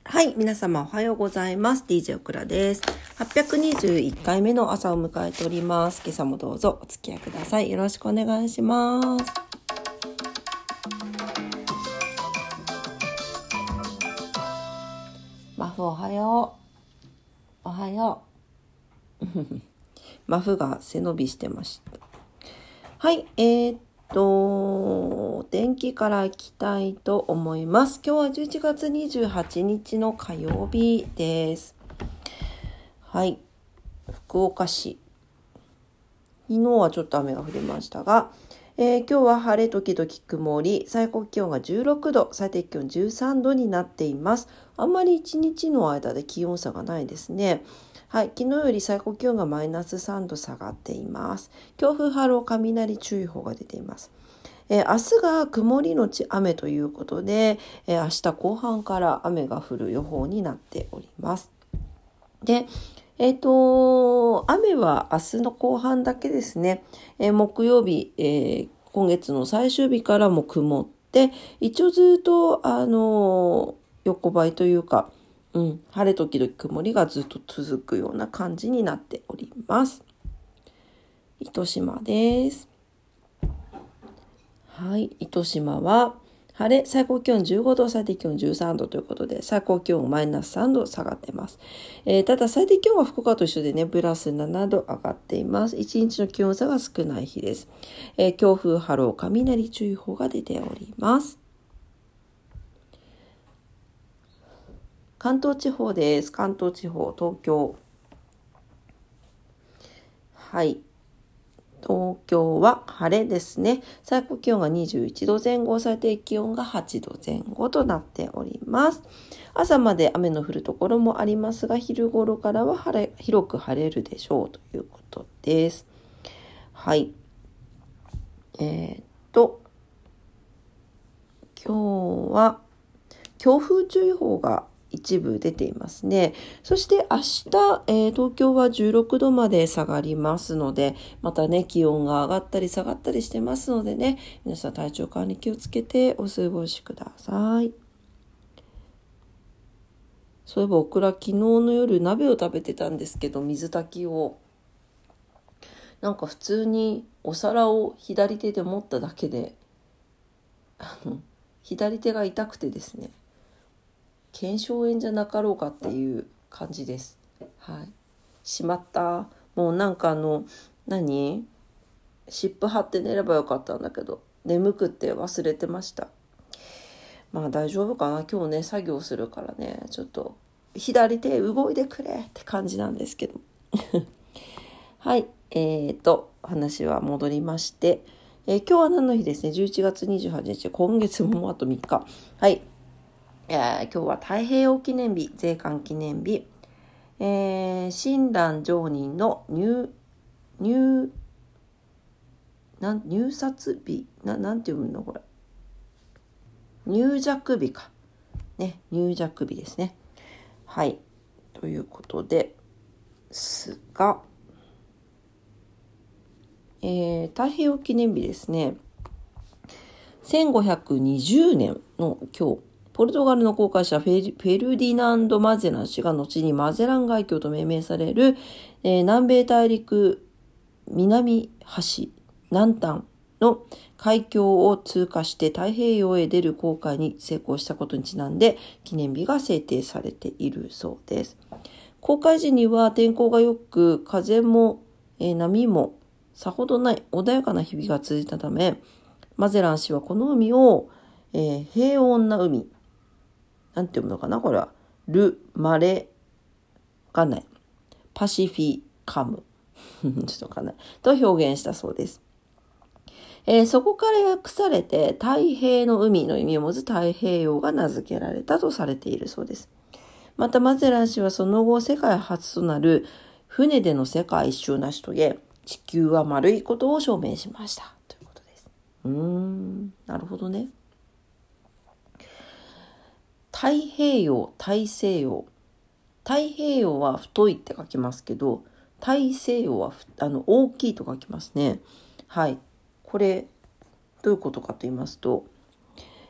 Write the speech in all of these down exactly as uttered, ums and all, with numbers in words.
はい、皆様おはようございます。ディージェー オクラです。はっぴゃくにじゅういっかいめの朝を迎えております。今朝もどうぞお付き合いください。よろしくお願いします。マフおはよう。おはよう。マフが背伸びしてました。はい、えー、っと、天気からいきたいと思います。今日はじゅういちがつにじゅうはちにちの火曜日です。はい、福岡市。昨日はちょっと雨が降りましたが、えー、今日は晴れ時々曇り、最高気温がじゅうろくど、最低気温じゅうさんどになっています。あんまり一日の間で気温差がないですね。はい、昨日より最高気温がマイナスさんど下がっています。強風波浪雷注意報が出ています。えー、明日が曇りのち雨ということで、えー、明日後半から雨が降る予報になっております。で、えっと、雨は明日の後半だけですね。えー、木曜日、えー、今月の最終日からも曇って、一応ずっと、あのー、横ばいというか、うん、晴れ時々曇りがずっと続くような感じになっております。糸島です。はい、糸島は晴れ、最高気温じゅうごど、最低気温じゅうさんどということで、最高気温マイナスさんど下がってます。えー、ただ最低気温は福岡と一緒でね、プラスななど上がっています。いちにちの気温差が少ない日です。えー、強風波浪雷注意報が出ております。関東地方です。関東地方、東京。はい。東京は晴れですね。最高気温がにじゅういちどぜん後、最低気温がはちどぜん後となっております。朝まで雨の降るところもありますが、昼頃からは晴れ、広く晴れるでしょうということです。はい。えー、っと、今日は強風注意報が一部出ていますね。そして明日、えー、東京はじゅうろくどまで下がりますので、またね、気温が上がったり下がったりしてますのでね、皆さん体調管理気をつけてお過ごしください。そういえばオクラ、昨日の夜鍋を食べてたんですけど、水炊きを。なんか普通にお皿を左手で持っただけで、あの、左手が痛くてですね、腱鞘炎じゃなかろうかっていう感じです。はい。しまった。もうなんかあの、何？湿布貼って寝ればよかったんだけど、眠くって忘れてました。まあ大丈夫かな。今日ね、作業するからね、ちょっと左手動いてくれって感じなんですけど。はい。えーと、話は戻りまして、えー、今日は何の日ですね。じゅういちがつにじゅうはちにち、今月ももうあとみっか。はい。えー、今日は太平洋記念日、税関記念日、えー、親鸞上人の入、入、なん入札日な、なんて読むのこれ。入寂日か。ね、入寂日ですね。はい。ということですが、えー、太平洋記念日ですね。せんごひゃくにじゅうねんの今日、ポルトガルの航海者フェルディナンド・マゼラン氏が後にマゼラン海峡と命名される、えー、南米大陸南端南端の海峡を通過して太平洋へ出る航海に成功したことにちなんで記念日が制定されているそうです。航海時には天候が良く風も、えー、波もさほどない穏やかな日々が続いたため、マゼラン氏はこの海を、えー、平穏な海、なんて読むのかなこれは、ル・マレガナイ、パシフィカム、ちょっとわかんない、と表現したそうです。えー、そこから訳されて太平の海の意味を持つ太平洋が名付けられたとされているそうです。またマゼラン氏はその後世界初となる船での世界一周を成し遂げ、地球は丸いことを証明しました。うーん、なるほどね。太平洋、大西洋。太平洋は太いって書きますけど、大西洋はあの大きいと書きますね。はい。これ、どういうことかと言いますと、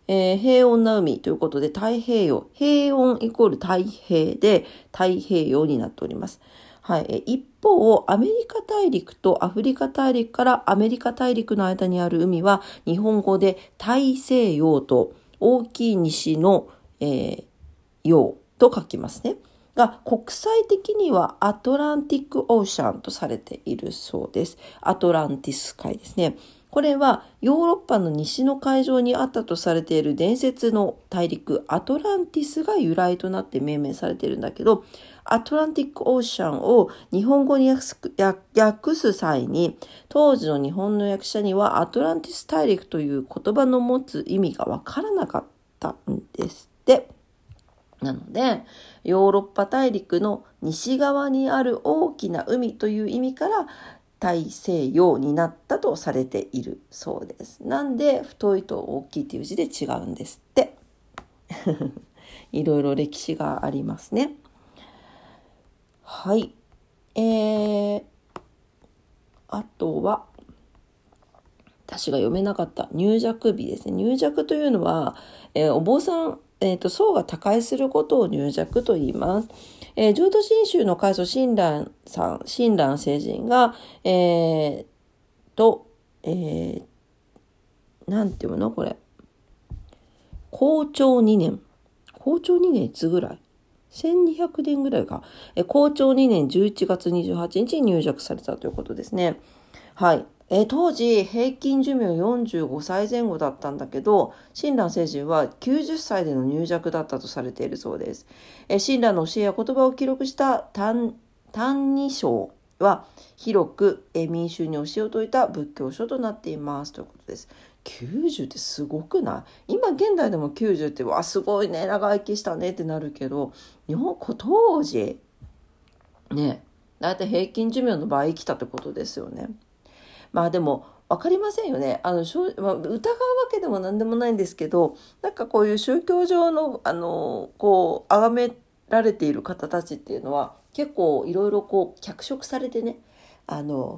えー、平穏な海ということで太平洋、平穏イコール太平で太平洋になっております。はい、え一方、アメリカ大陸とアフリカ大陸からアメリカ大陸の間にある海は日本語で大西洋と大きい西の、えー、洋と書きますね。が国際的にはアトランティックオーシャンとされているそうです。アトランティス海ですね。これはヨーロッパの西の海上にあったとされている伝説の大陸アトランティスが由来となって命名されているんだけど、アトランティックオーシャンを日本語に訳す、訳す際に当時の日本の訳者にはアトランティス大陸という言葉の持つ意味がわからなかったんですって。なのでヨーロッパ大陸の西側にある大きな海という意味から大西洋になったとされているそうです。なんで太いと大きいという字で違うんですっていろいろ歴史がありますね。はい、えー、あとは私が読めなかった入寂日ですね。入寂というのは、えー、お坊さん、えーと、僧が他界することを入寂と言います。えー、浄土真宗の開祖親鸞さん、親鸞聖人が、えー、と、えー、なんていうのこれ。弘長にねん。弘長にねんいつぐらいせんにひゃくねんぐらいか。え弘長にねんじゅういちがつにじゅうはちにちに入寂されたということですね。はい。え当時平均寿命よんじゅうごさいぜん後だったんだけど、親鸞聖人はきゅうじゅっさいでの入寂だったとされているそうです。え親鸞の教えや言葉を記録した歎異抄は広くえ民衆に教えを説いた仏教書となっていますということです。きゅうじゅうってすごくない？今現代でもきゅうじゅうってわすごいね、長生きしたねってなるけど、日本当時ね、だいたい平均寿命の倍生きたってことですよね。まあでも分かりませんよね。あの、まあ、疑うわけでも何でもないんですけど、なんかこういう宗教上のあのこう崇められている方たちっていうのは結構いろいろこう脚色されてね、あの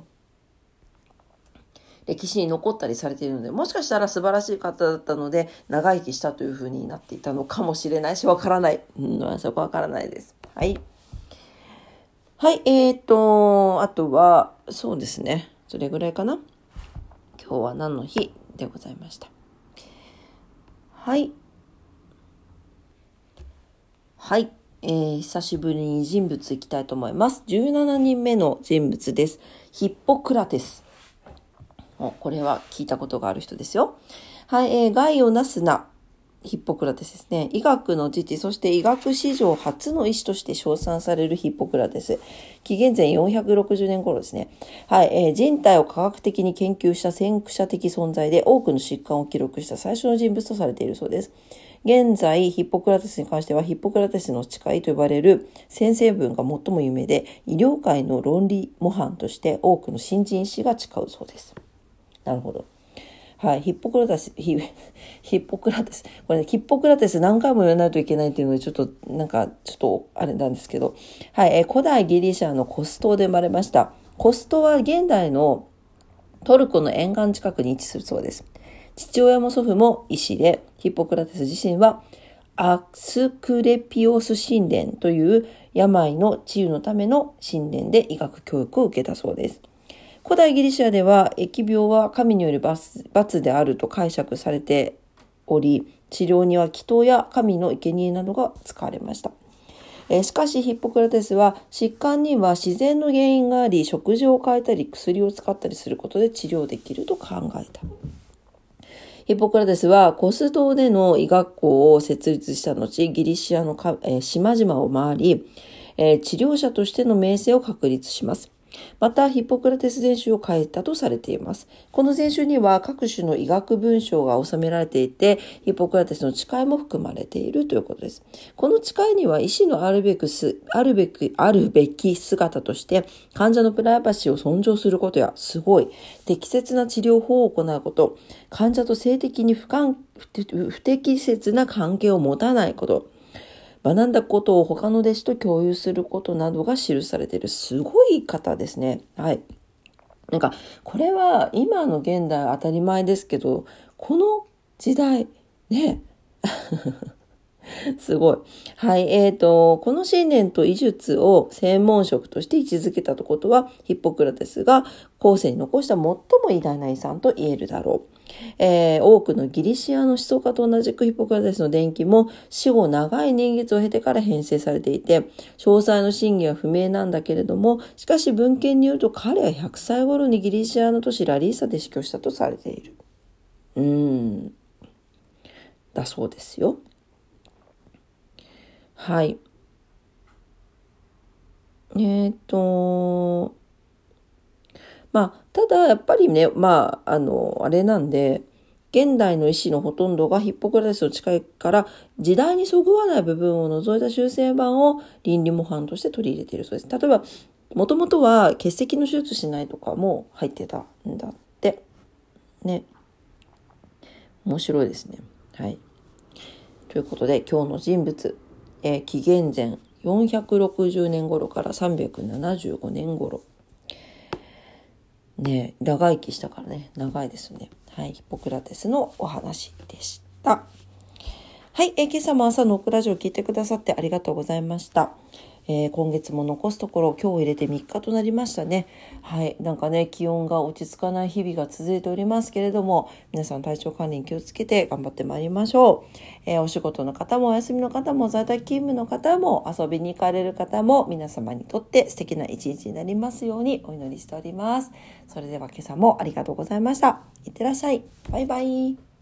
歴史に残ったりされているので、もしかしたら素晴らしい方だったので長生きしたというふうになっていたのかもしれないし、わからない、うん、そこはわからないです。はいはい、えーとあとはそうですね、それぐらいかな。今日は何の日でございました。はいはい、えー、久しぶりに人物いきたいと思います。じゅうななにんめの人物です。ヒッポクラテス。これは聞いたことがある人ですよ。はい、えー、害をなすなヒッポクラテスですね。医学の父、そして医学史上初の医師として称賛されるヒッポクラテス。紀元前よんひゃくろくじゅうねん頃ですね。はい、えー、人体を科学的に研究した先駆者的存在で多くの疾患を記録した最初の人物とされているそうです。現在、ヒッポクラテスに関しては、ヒッポクラテスの誓いと呼ばれる宣誓文が最も有名で、医療界の論理模範として多くの新人医師が誓うそうです。なるほど。はい、ヒッポクラテス、ヒ、ヒッポクラテス。これね、ヒッポクラテス何回も言わないといけないっていうので、ちょっと、なんか、ちょっと、あれなんですけど。はい、え古代ギリシャのコス島で生まれました。コス島は現代のトルコの沿岸近くに位置するそうです。父親も祖父も医師で、ヒッポクラテス自身は、アスクレピオス神殿という病の治癒のための神殿で医学教育を受けたそうです。古代ギリシャでは疫病は神による 罰, 罰であると解釈されており、治療には祈祷や神の生贄などが使われました。えー、しかしヒッポクラテスは疾患には自然の原因があり、食事を変えたり薬を使ったりすることで治療できると考えた。ヒッポクラテスはコス島での医学校を設立した後、ギリシアのか、えー、島々を回り、えー、治療者としての名声を確立します。また、ヒッポクラテス全集を書いたとされています。この全集には各種の医学文章が収められていて、ヒッポクラテスの誓いも含まれているということです。この誓いには医師のあるべくす、あるべく、あるべき姿として、患者のプライバシーを尊重することや、すごい、適切な治療法を行うこと、患者と性的に不関不適切な関係を持たないこと、学んだことを他の弟子と共有することなどが記されているすごい方ですね。はい。なんかこれは今の現代当たり前ですけど、この時代ねすごい。はい。えっと、この信念と医術を専門職として位置づけたことは、ヒッポクラテスが後世に残した最も偉大な遺産と言えるだろう。えー、多くのギリシアの思想家と同じくヒッポクラテスの伝記も死後長い年月を経てから編成されていて、詳細の真偽は不明なんだけれども、しかし文献によると彼はひゃくさい頃にギリシアの都市ラリーサで死去したとされている。うーん。だそうですよ。はい。えっと、まあ、ただやっぱりね、まあ、あの、あれなんで、現代の医師のほとんどがヒッポクラテスの誓いから時代にそぐわない部分を除いた修正版を倫理模範として取り入れているそうです。例えば、もともとは結石の手術しないとかも入ってたんだって。ね。面白いですね。はい。ということで、今日の人物、えー、紀元前よんひゃくろくじゅうねん頃からさんびゃくななじゅうごねん頃。ね、長生きしたからね、長いですね。はい、ヒポクラテスのお話でした。はい、えー、今朝も朝のオクラジオを聞いてくださってありがとうございました。えー、今月も残すところ今日入れてみっかとなりましたね。はい、なんかね気温が落ち着かない日々が続いておりますけれども、皆さん体調管理に気をつけて頑張ってまいりましょう。えー、お仕事の方もお休みの方も在宅勤務の方も遊びに行かれる方も皆様にとって素敵な一日になりますようにお祈りしております。それでは今朝もありがとうございました。いってらっしゃい。バイバイ。